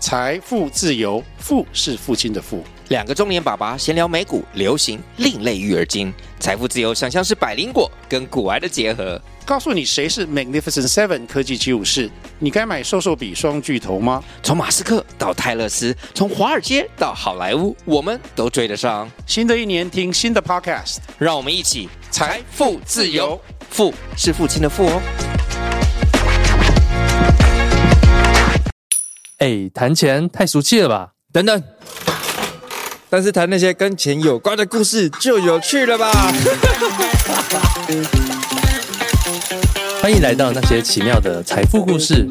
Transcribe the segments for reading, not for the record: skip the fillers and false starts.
财富自由，富是父亲的富。 两个中年爸爸闲聊美股、流行、另类育儿经。财富自由想象是百灵果跟股癌的结合。 告诉你谁是 Magnificent Seven 科技75士，你该买瘦瘦比双巨头吗？ 从马斯克到泰勒斯，从华尔街到好莱坞，我们都追得上。 新的一年听新的 Podcast， 让我们一起财富自由， 富是父亲的富哦。 谈钱太俗气了吧？ 等等，但是谈那些跟钱有关的故事就有趣了吧？ 欢迎来到那些奇妙的财富故事。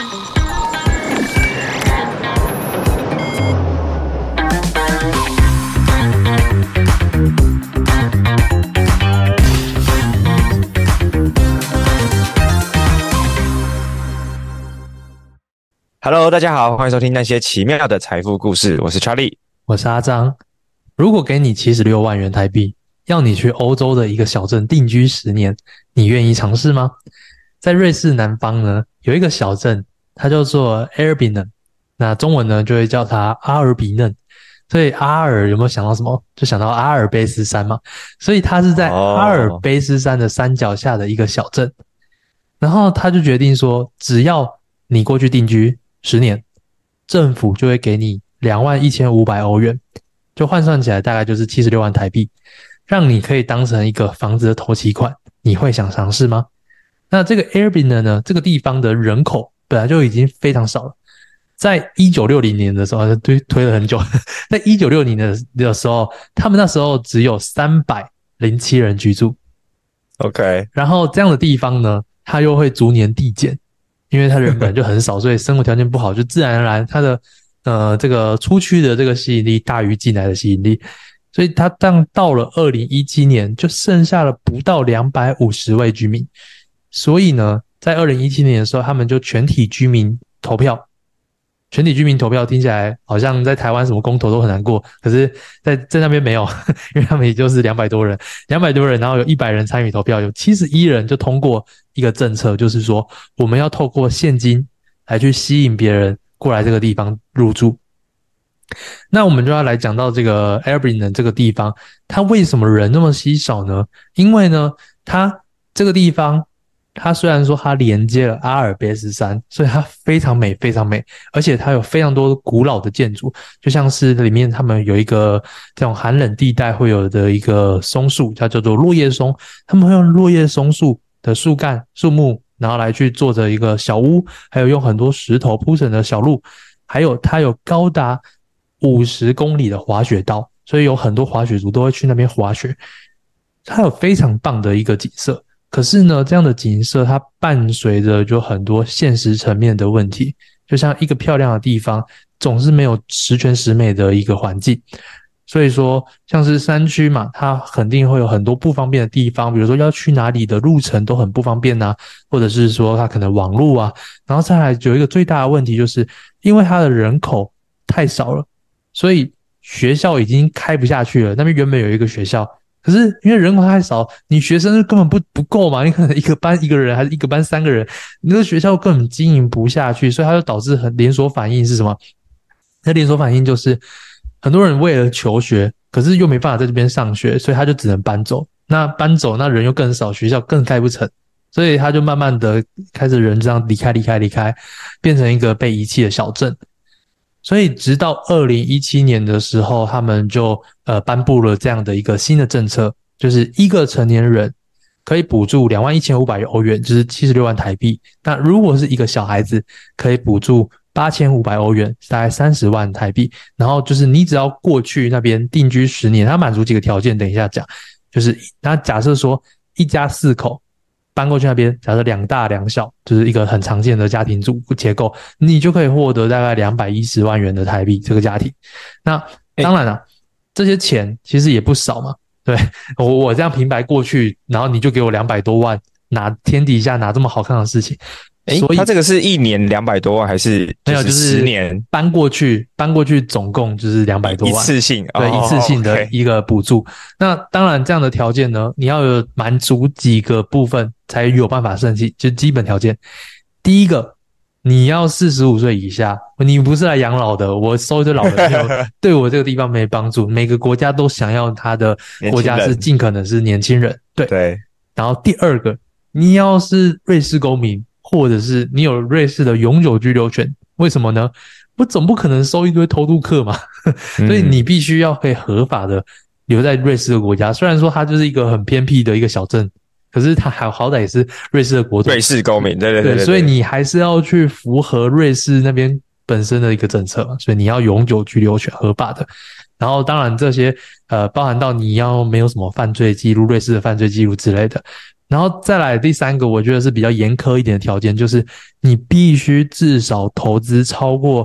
Hello， 大家好，欢迎收听那些奇妙的财富故事，我是 Charlie， 我是阿张。如果给你76万元台币，要你去欧洲的一个小镇定居10年，你愿意尝试吗？在瑞士南方呢，有一个小镇，它叫做 Erbinen， 那中文呢就会叫它阿尔比嫩。所以阿尔有没有想到什么？就想到阿尔卑斯山嘛。所以它是在阿尔卑斯山的山脚下的一个小镇。然后他就决定说，只要你过去定居10年，政府就会给你21,500欧元，就换算起来大概就是76万台币，让你可以当成一个房子的头期款。你会想尝试吗？那这个 Erbinen 呢，这个地方的人口本来就已经非常少了。在1960年的时候，推了很久，在1960年的时候，他们那时候只有307人居住。 OK， 然后这样的地方呢，它又会逐年递减。因为它人本来就很少，所以生活条件不好，就自然而然它的这个出去的这个吸引力大于进来的吸引力，所以它当到了2017年就剩下了不到250位居民。所以呢，在2017年的时候，他们就全体居民投票。全体居民投票听起来好像在台湾什么公投都很难过，可是在那边没有，因为他们也就是200多人，然后有100人参与投票，有71人就通过一个政策，就是说我们要透过现金来去吸引别人过来这个地方入住。那我们就要来讲到这个 Erbinen 这个地方，它为什么人那么稀少呢？因为呢，它这个地方它虽然说它连接了阿尔卑斯山，所以它非常美非常美，而且它有非常多古老的建筑，就像是里面他们有一个这种寒冷地带会有的一个松树，它叫做落叶松，他们会用落叶松树的树干树木然后来去做着一个小屋，还有用很多石头铺成的小路，还有它有高达50公里的滑雪道，所以有很多滑雪族都会去那边滑雪。它有非常棒的一个景色，可是呢，这样的景色它伴随着就很多现实层面的问题，就像一个漂亮的地方总是没有十全十美的一个环境。所以说像是山区嘛，它肯定会有很多不方便的地方，比如说要去哪里的路程都很不方便啊，或者是说它可能网路啊，然后再来有一个最大的问题，就是因为它的人口太少了，所以学校已经开不下去了。那边原本有一个学校，可是因为人口太少，你学生根本不够嘛，你可能一个班1个人还是一个班3个人，你这个学校根本经营不下去，所以它就导致很连锁反应是什么？那连锁反应就是很多人为了求学，可是又没办法在这边上学，所以他就只能搬走。那搬走，那人又更少，学校更开不成，所以他就慢慢的开始人这样离开，变成一个被遗弃的小镇。所以直到2017年的时候，他们就颁布了这样的一个新的政策，就是一个成年人可以补助21,500欧元，就是76万台币。那如果是一个小孩子，可以补助8,500欧元，大概30万台币。然后就是你只要过去那边定居10年，它满足几个条件，等一下讲。就是那假设说一家4口搬过去那边，假设2大2小，就是一个很常见的家庭组结构，你就可以获得大概210万元的台币这个家庭。那当然了，这些钱其实也不少嘛。对，我这样平白过去，然后你就给我200多万，天底下哪这么好看的事情？ 所以他这个是1年200多万还是没有？就是 10年搬过去总共就是200多万， 一次性， 对，一次性的一个补助。那当然这样的条件呢，你要有满足几个部分才有办法申请，就基本条件。第一个， 你要45岁以下，你不是来养老的，我收一堆老人没有对我这个地方没帮助。每个国家都想要他的国家是尽可能是年轻人，对。然后第二个，你要是瑞士公民，或者是你有瑞士的永久居留权，为什么呢？我总不可能收一堆偷渡客嘛，所以你必须要可以合法的留在瑞士的国家。虽然说它就是一个很偏僻的一个小镇，可是它好歹也是瑞士的国土， 瑞士公民，对， 所以你还是要去符合瑞士那边本身的一个政策嘛，所以你要永久居留权合法的。然后当然这些包含到你要没有什么犯罪记录，瑞士的犯罪记录之类的。然后再来第三个，我觉得是比较严苛一点的条件，就是你必须至少投资超过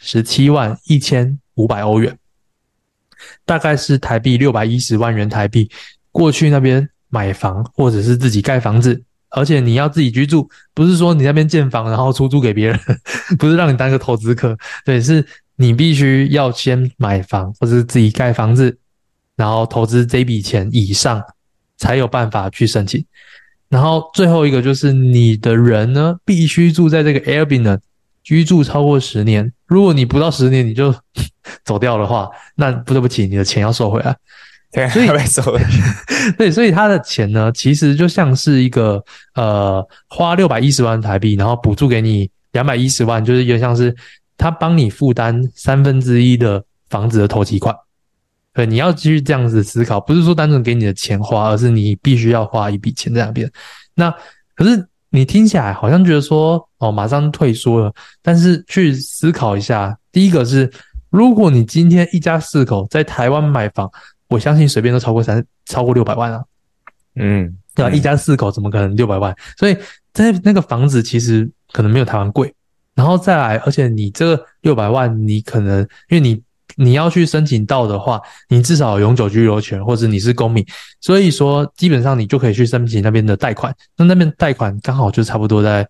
171500欧元，大概是台币610万元台币，过去那边买房或者是自己盖房子，而且你要自己居住，不是说你那边建房然后出租给别人，不是让你当个投资客，对，是你必须要先买房或者是自己盖房子，然后投资这笔钱以上才有办法去申请。然后最后一个就是你的人呢必须住在这个 Airbnb 居住超过10年，如果你不到10年你就走掉的话，那对不起，你的钱要收回来。 对， 所以被收回去。 对，所以他的钱呢其实就像是一个花610万台币，然后补助给你210万，就是有点像是他帮你负担1/3的房子的头期款。对，你要继续这样子思考，不是说单纯给你的钱花，而是你必须要花一笔钱在那边。那可是你听起来好像觉得说马上退缩了，但是去思考一下，第一个是如果你今天一家4口在台湾买房，我相信随便都超过600万啊。对吧？一家4口怎么可能600万？所以在那个房子其实可能没有台湾贵。然后再来，而且你这个600万，你可能因为你要去申请到的话，你至少有永久居留权，或者你是公民，所以说基本上你就可以去申请那边的贷款。那边贷款刚好就差不多在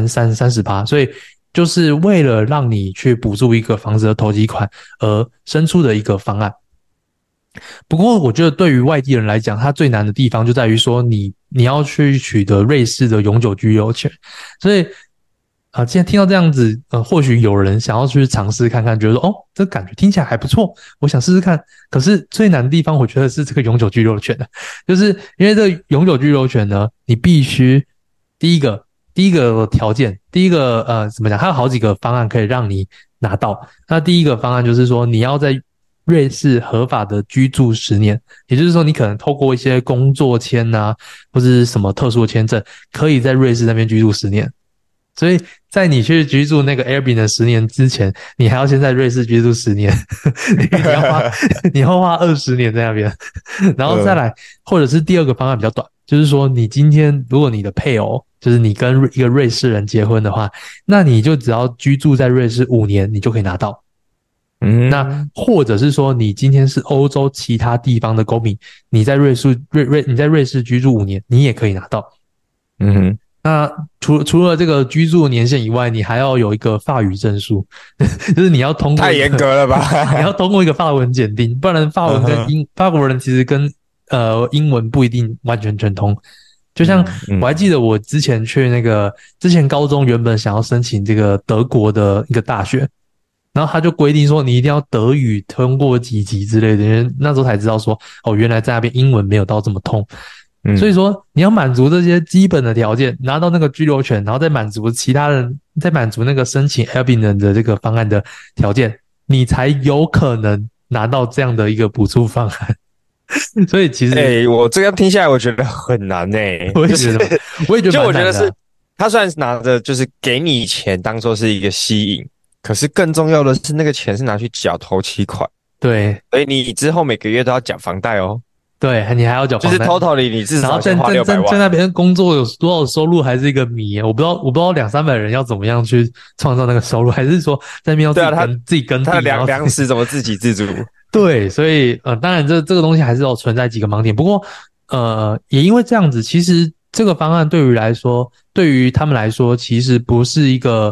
30%，所以就是为了让你去补助一个房子的头期款而生出的一个方案。不过我觉得对于外地人来讲，它最难的地方就在于说你要去取得瑞士的永久居留权。所以既然听到这样子，或许有人想要去尝试看看，觉得说这感觉听起来还不错，我想试试看。可是最难的地方我觉得是这个永久居留权的，就是因为这个永久居留权呢，你必须第一个条件，第一个怎么讲，它有好几个方案可以让你拿到。那第一个方案就是说你要在瑞士合法的居住10年，也就是说你可能透过一些工作签啊，或是什么特殊的签证，可以在瑞士那边居住10年。所以在你去居住那个 Airbnb 的10年之前，你还要先在瑞士居住10年，你要花20年在那边，然后再来，或者是第二个方案比较短，就是说你今天如果你的配偶就是你跟一个瑞士人结婚的话，那你就只要居住在瑞士5年，你就可以拿到。那或者是说你今天是欧洲其他地方的公民，你在瑞士居住5年，你也可以拿到。那除了这个居住年限以外，你还要有一个法语证书，就是你要通过， 太严格了吧？ 你要通过一个法文检定，不然法文跟法国人其实跟英文不一定完全全通。就像我还记得我之前高中原本想要申请这个德国的一个大学，然后他就规定说你一定要德语通过几级之类的，因为那时候才知道说原来在那边英文没有到这么通。所以说你要满足这些基本的条件，拿到那个居留权，然后再满足其他人，再满足那个申请 Airbnb 的这个方案的条件，你才有可能拿到这样的一个补助方案。所以其实我这样听下来我觉得很难我也觉得蛮难的。 就我觉得是他虽然是拿着就是给你钱当作是一个吸引，可是更重要的是那个钱是拿去缴头期款。 对， 所以你之后每个月都要缴房贷哦。 对，你还要缴房贷， 就是 totally 你至少先花600万。 在那边工作有多少收入还是一个谜，我不知道200-300人要怎么样去创造那个收入，还是说在那边要自己耕地， 他的粮食怎么自给自足？ 对，所以当然这个东西还是有存在几个盲点。不过也因为这样子，其实这个方案对于他们来说其实不是一个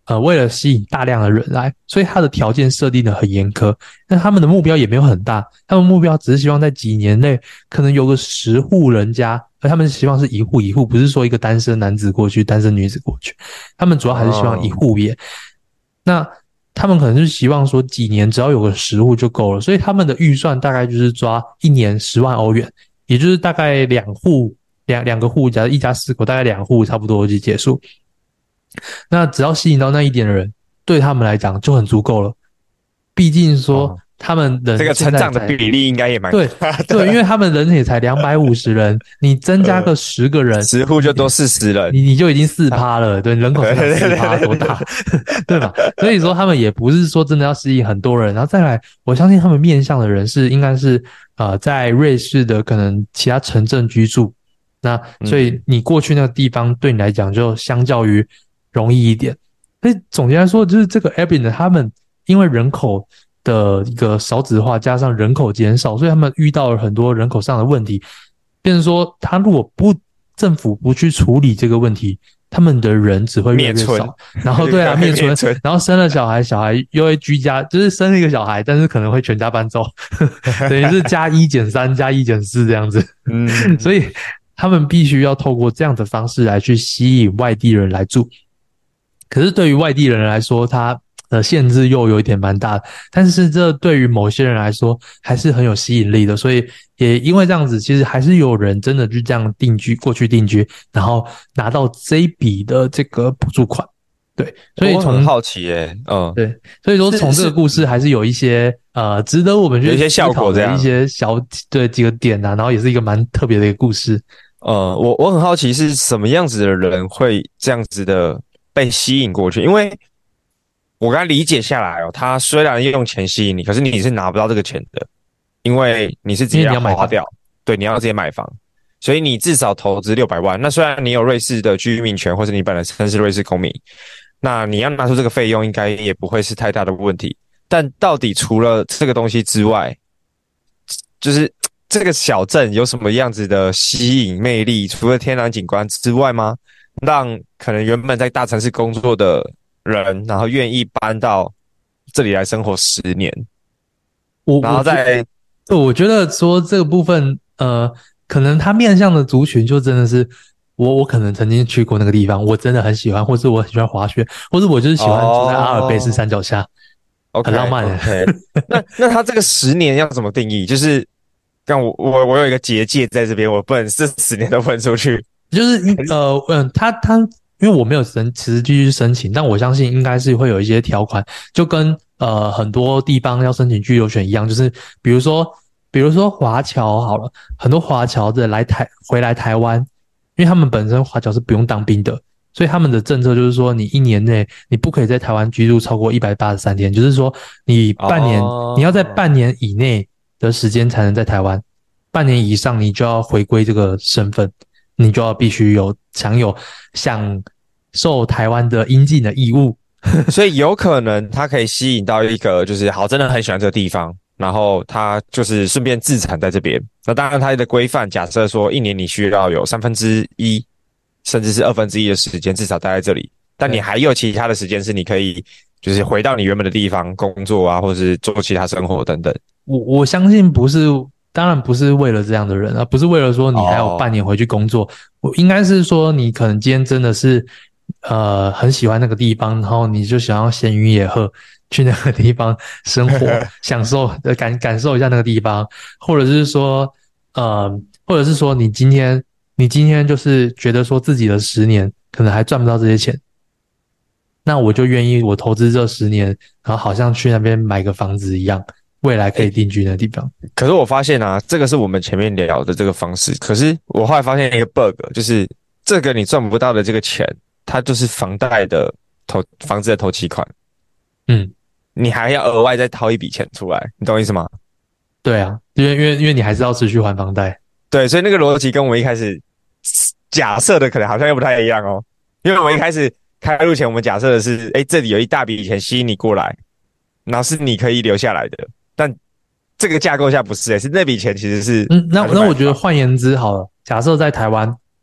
为了吸引大量的人来，所以他的条件设定的很严苛。但他们的目标也没有很大，他们目标只是希望在几年内可能有个10户人家，而他们希望是一户一户，不是说一个单身男子过去，单身女子过去。他们主要还是希望一户也。那他们可能就是希望说几年只要有个10户就够了，所以他们的预算大概就是抓1年10万欧元，也就是大概两个户，假如一家4口，大概2户差不多就结束。那只要吸引到那一点的人，对他们来讲就很足够了。毕竟说他们人这个成长的比例应该也蛮对对，因为他们人也才250人，你增加个10个人 ，10户就多40人， 你就已经4%了，对，人口成长4%多大，对吧？所以说他们也不是说真的要吸引很多人，然后再来，我相信他们面向的人是应该是在瑞士的可能其他城镇居住，那所以你过去那个地方对你来讲就相较于容易一点。所以总结来说，就是这个 Airbnb 他们因为人口的一个少子化加上人口减少，所以他们遇到了很多人口上的问题，变成说他如果政府不去处理这个问题，他们的人只会越来越少，然后对啊灭村，然后生了小孩又会居家，就是生了一个小孩，但是可能会全家搬走，等于是+1减3+1减4这样子，所以他们必须要透过这样的方式来去吸引外地人来住。可是对于外地人来说，他的限制又有一点蛮大的，但是这对于某些人来说还是很有吸引力的，所以也因为这样子，其实还是有人真的就这样过去定居，然后拿到这一笔的这个补助款。对，所以我很好奇耶， 对，所以说从这个故事还是有一些值得我们去有一些效果的一些对几个点啊，然后也是一个蛮特别的一个故事。 我很好奇是什么样子的人会这样子的被吸引过去，因为我刚才理解下来他虽然用钱吸引你，可是你是拿不到这个钱的，因为你是直接要花掉，对，你要直接买房，所以你至少投资600万。那虽然你有瑞士的居民权，或者你本身是瑞士公民，那你要拿出这个费用，应该也不会是太大的问题。但到底除了这个东西之外，就是这个小镇有什么样子的吸引魅力？除了天然景观之外吗？让可能原本在大城市工作的人，然后愿意搬到这里来生活10年，然后我觉得说这个部分，可能他面向的族群就真的是我可能曾经去过那个地方，我真的很喜欢，或是我很喜欢滑雪，或是我就是喜欢住在阿尔卑斯山脚下，很浪漫的。 那他这个10年要怎么定义？就是像我有一个结界在这边，我不能这10年都分出去。 就是他因为我没有其实继续申请，但我相信应该是会有一些条款，就跟很多地方要申请居留权一样，就是比如说华侨好了，很多华侨的回来台湾，因为他们本身华侨是不用当兵的，所以他们的政策就是说，你1年内你不可以在台湾居住超过183天，就是说你你要在半年以内的时间才能在台湾，半年以上你就要回归这个身份。你就要必须享受台湾的应尽的义务， 所以有可能他可以吸引到一个就是真的很喜欢这个地方，然后他就是顺便自产在这边。那当然他的规范假设说1年你需要有1/3甚至是1/2的时间至少待在这里，但你还有其他的时间是你可以就是回到你原本的地方工作啊，或者是做其他生活等等。 我相信当然不是为了这样的人啊，不是为了说你还有半年回去工作，我应该是说你可能今天真的是很喜欢那个地方，然后你就想要闲云野鹤去那个地方生活，享受感受一下那个地方，或者是说你今天就是觉得说自己的10年可能还赚不到这些钱，那我就愿意我投资这10年，然后好像去那边买个房子一样。未来可以定居的地方。 可是我发现这个是我们前面聊的这个方式。可是我后来发现一个 bug， 就是这个你赚不到的这个钱，它就是房子的头期款。你还要额外再掏一笔钱出来，你懂我意思吗？ 对啊，因为你还是要持续还房贷。 对，所以那个逻辑跟我们一开始假设的可能好像又不太一样哦。因为我们一开始开录前，我们假设的是，这里有一大笔钱吸引你过来，然后是你可以留下来的。但这个架构下不是是那笔钱其实是那我觉得换言之好了，假设在台湾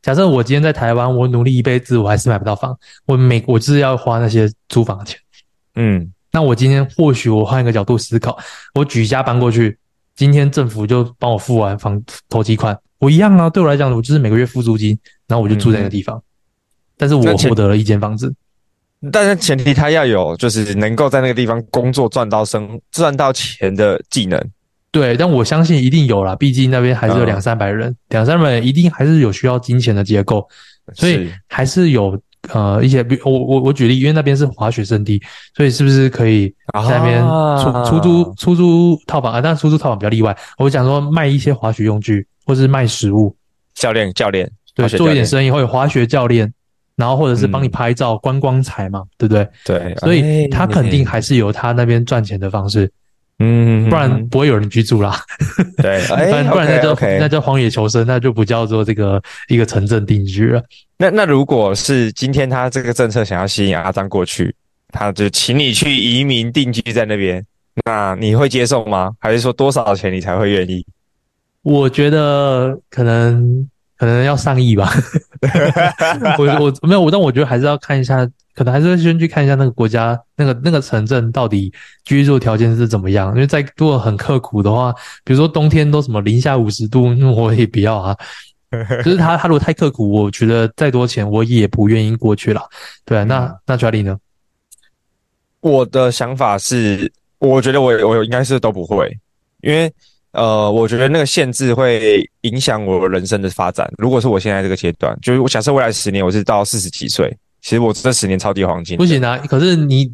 假设我今天在台湾，我努力一辈子，我还是买不到房，我就是要花那些租房的钱。那我今天或许我换一个角度思考，我举家搬过去，今天政府就帮我付完头期款，我一样啊，对我来讲，我就是每个月付租金，然后我就住在那个地方，但是我获得了一间房子。 但是前提他要有就是能够在那个地方工作赚到钱的技能。 对，但我相信一定有啦，毕竟那边还是有200-300人，200-300人一定还是有需要金钱的结构，所以还是有一些，我举例，因为那边是滑雪胜地，所以是不是可以在那边出租套房啊？但出租套房比较例外。我讲说卖一些滑雪用具，或是卖食物， 教练， 对，做一点生意，或者滑雪教练，然后或者是帮你拍照、观光财嘛，对不对？ 对， 所以他肯定还是有他那边赚钱的方式。不然不会有人居住啦。 对， 不然那叫荒野求生，那就不叫做这个一个城镇定居了。 那如果是今天他这个政策想要吸引阿璋过去，他就请你去移民定居在那边，那你会接受吗？还是说多少钱你才会愿意？ 我觉得可能要上亿吧。我没有，但我觉得还是要看一下，可能还是会先去看一下那个国家那个城镇到底居住条件是怎么样。因为如果很刻苦的话，比如说冬天都什么零下50度，我也不要啊。就是他如果太刻苦，我觉得再多钱我也不愿意过去啦。对啊，那 Charlie 呢？ 我的想法是，我觉得我应该是都不会，因为我觉得那个限制会影响我人生的发展。如果是我现在这个阶段，就是我假设未来10年我是到40几岁，其实我这10年超级黄金。 不行啊，可是你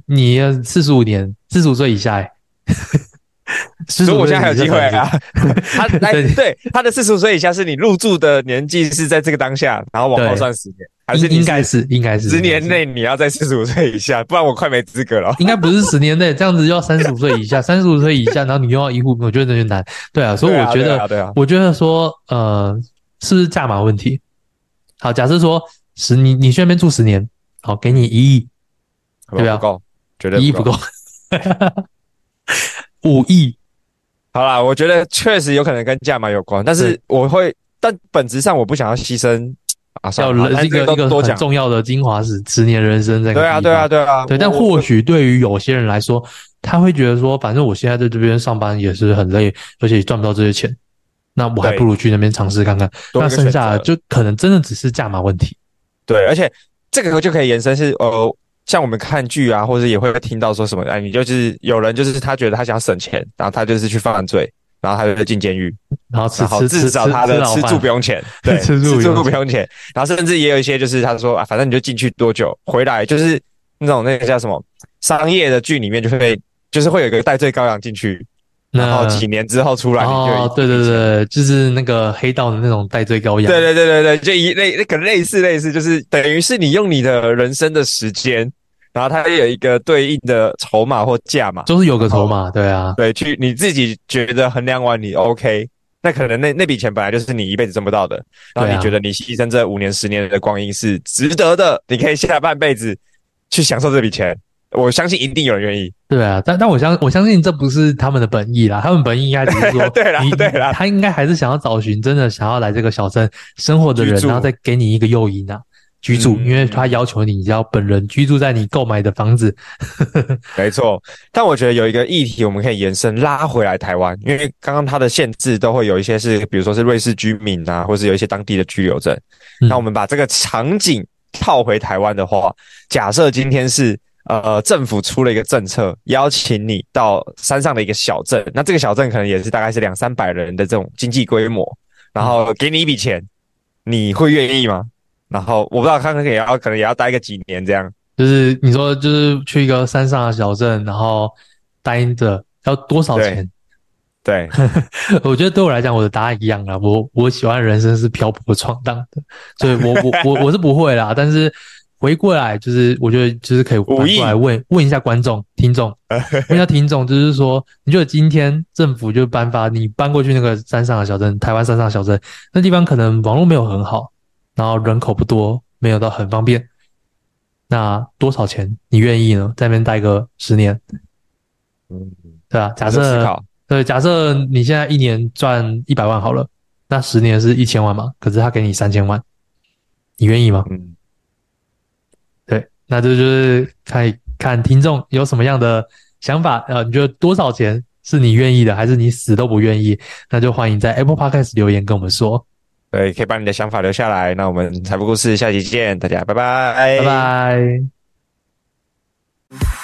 45年，45岁以下所以我现在还有机会啊。对，他的45岁以下是你入住的年纪是在这个当下，然后往后算10年，还是应该是 10年内你要在45岁以下，不然我快没资格了。 应该不是10年内，这样子就要35岁以下，35岁以下，然后你又要医护，我觉得那就难。对啊，所以我觉得，我觉得说，是不是价码问题？好，假设说你去那边住10年，好，给你1亿，对吧？ 不够，绝对 1亿不够。5亿， 好啦，我觉得确实有可能跟价码有关，但是但本质上我不想要牺牲啊， 要一个很重要的精华是10年人生这个。 对啊， 对，但或许对于有些人来说，他会觉得说，反正我现在在这边上班也是很累，而且赚不到这些钱，那我还不如去那边尝试看看。那剩下的就可能真的只是价码问题。 对，而且这个就可以延伸是像我们看剧啊，或者也会听到说什么，你就是有人就是他觉得他想省钱，然后他就是去犯罪，然后他就进监狱， 然后至少他的吃住不用钱，对，吃住不用钱，然后甚至也有一些就是他说反正你就进去多久回来，就是那个叫什么商业的剧里面就是会有一个戴罪羔羊进去，然后几年之后出来， 对，就是那个黑道的那种戴罪羔羊。 对，就可能类似，就是等于是你用你的人生的时间，然后它有一个对应的筹码或价码， 就是有个筹码，对啊， 对，去你自己觉得衡量完你 OK， 那可能那笔钱本来就是你一辈子挣不到的，然后你觉得你牺牲这5年10年的光阴是值得的，你可以下半辈子去享受这笔钱。我相信一定有人愿意。 对啊，但我相信这不是他们的本意啦，他们本意应该只是说， 对啦， 他应该还是想要找寻真的想要来这个小镇生活的人，然后再给你一个诱因啊，居住，因为他要求你要本人居住在你购买的房子。 没错，但我觉得有一个议题我们可以延伸拉回来台湾，因为刚刚它的限制都会有一些是，比如说是瑞士居民啊，或是有一些当地的居留证。那我们把这个场景套回台湾的话，假设今天是政府出了一个政策，邀请你到山上的一个小镇，那这个小镇可能也是大概是200-300人的这种经济规模，然后给你一笔钱，你会愿意吗？然后我不知道可能也要待个几年这样。 就是你说就是去一个山上的小镇，然后待着要多少钱？ 对， 我觉得对我来讲，我的答案一样啦。我喜欢的人生是漂泊闯荡的，所以我是不会啦，但是。回过来就是，我觉得就是可以反过来问一下听众，问一下听众，就是说，你觉得今天政府就颁发你搬过去那个山上的小镇，台湾山上的小镇，那地方可能网络没有很好，然后人口不多，没有到很方便，那多少钱你愿意呢？在那边待个10年，对吧？假设你现在1年赚100万好了，那10年是1000万嘛，可是他给你3000万。 你愿意吗？ 嗯， 对，那这就是看听众有什么样的想法，你觉得多少钱是你愿意的，还是你死都不愿意？那就欢迎在 Apple Podcast 留言跟我们说。 对，可以把你的想法留下来。那我们财富故事下期见，大家拜拜， 拜拜。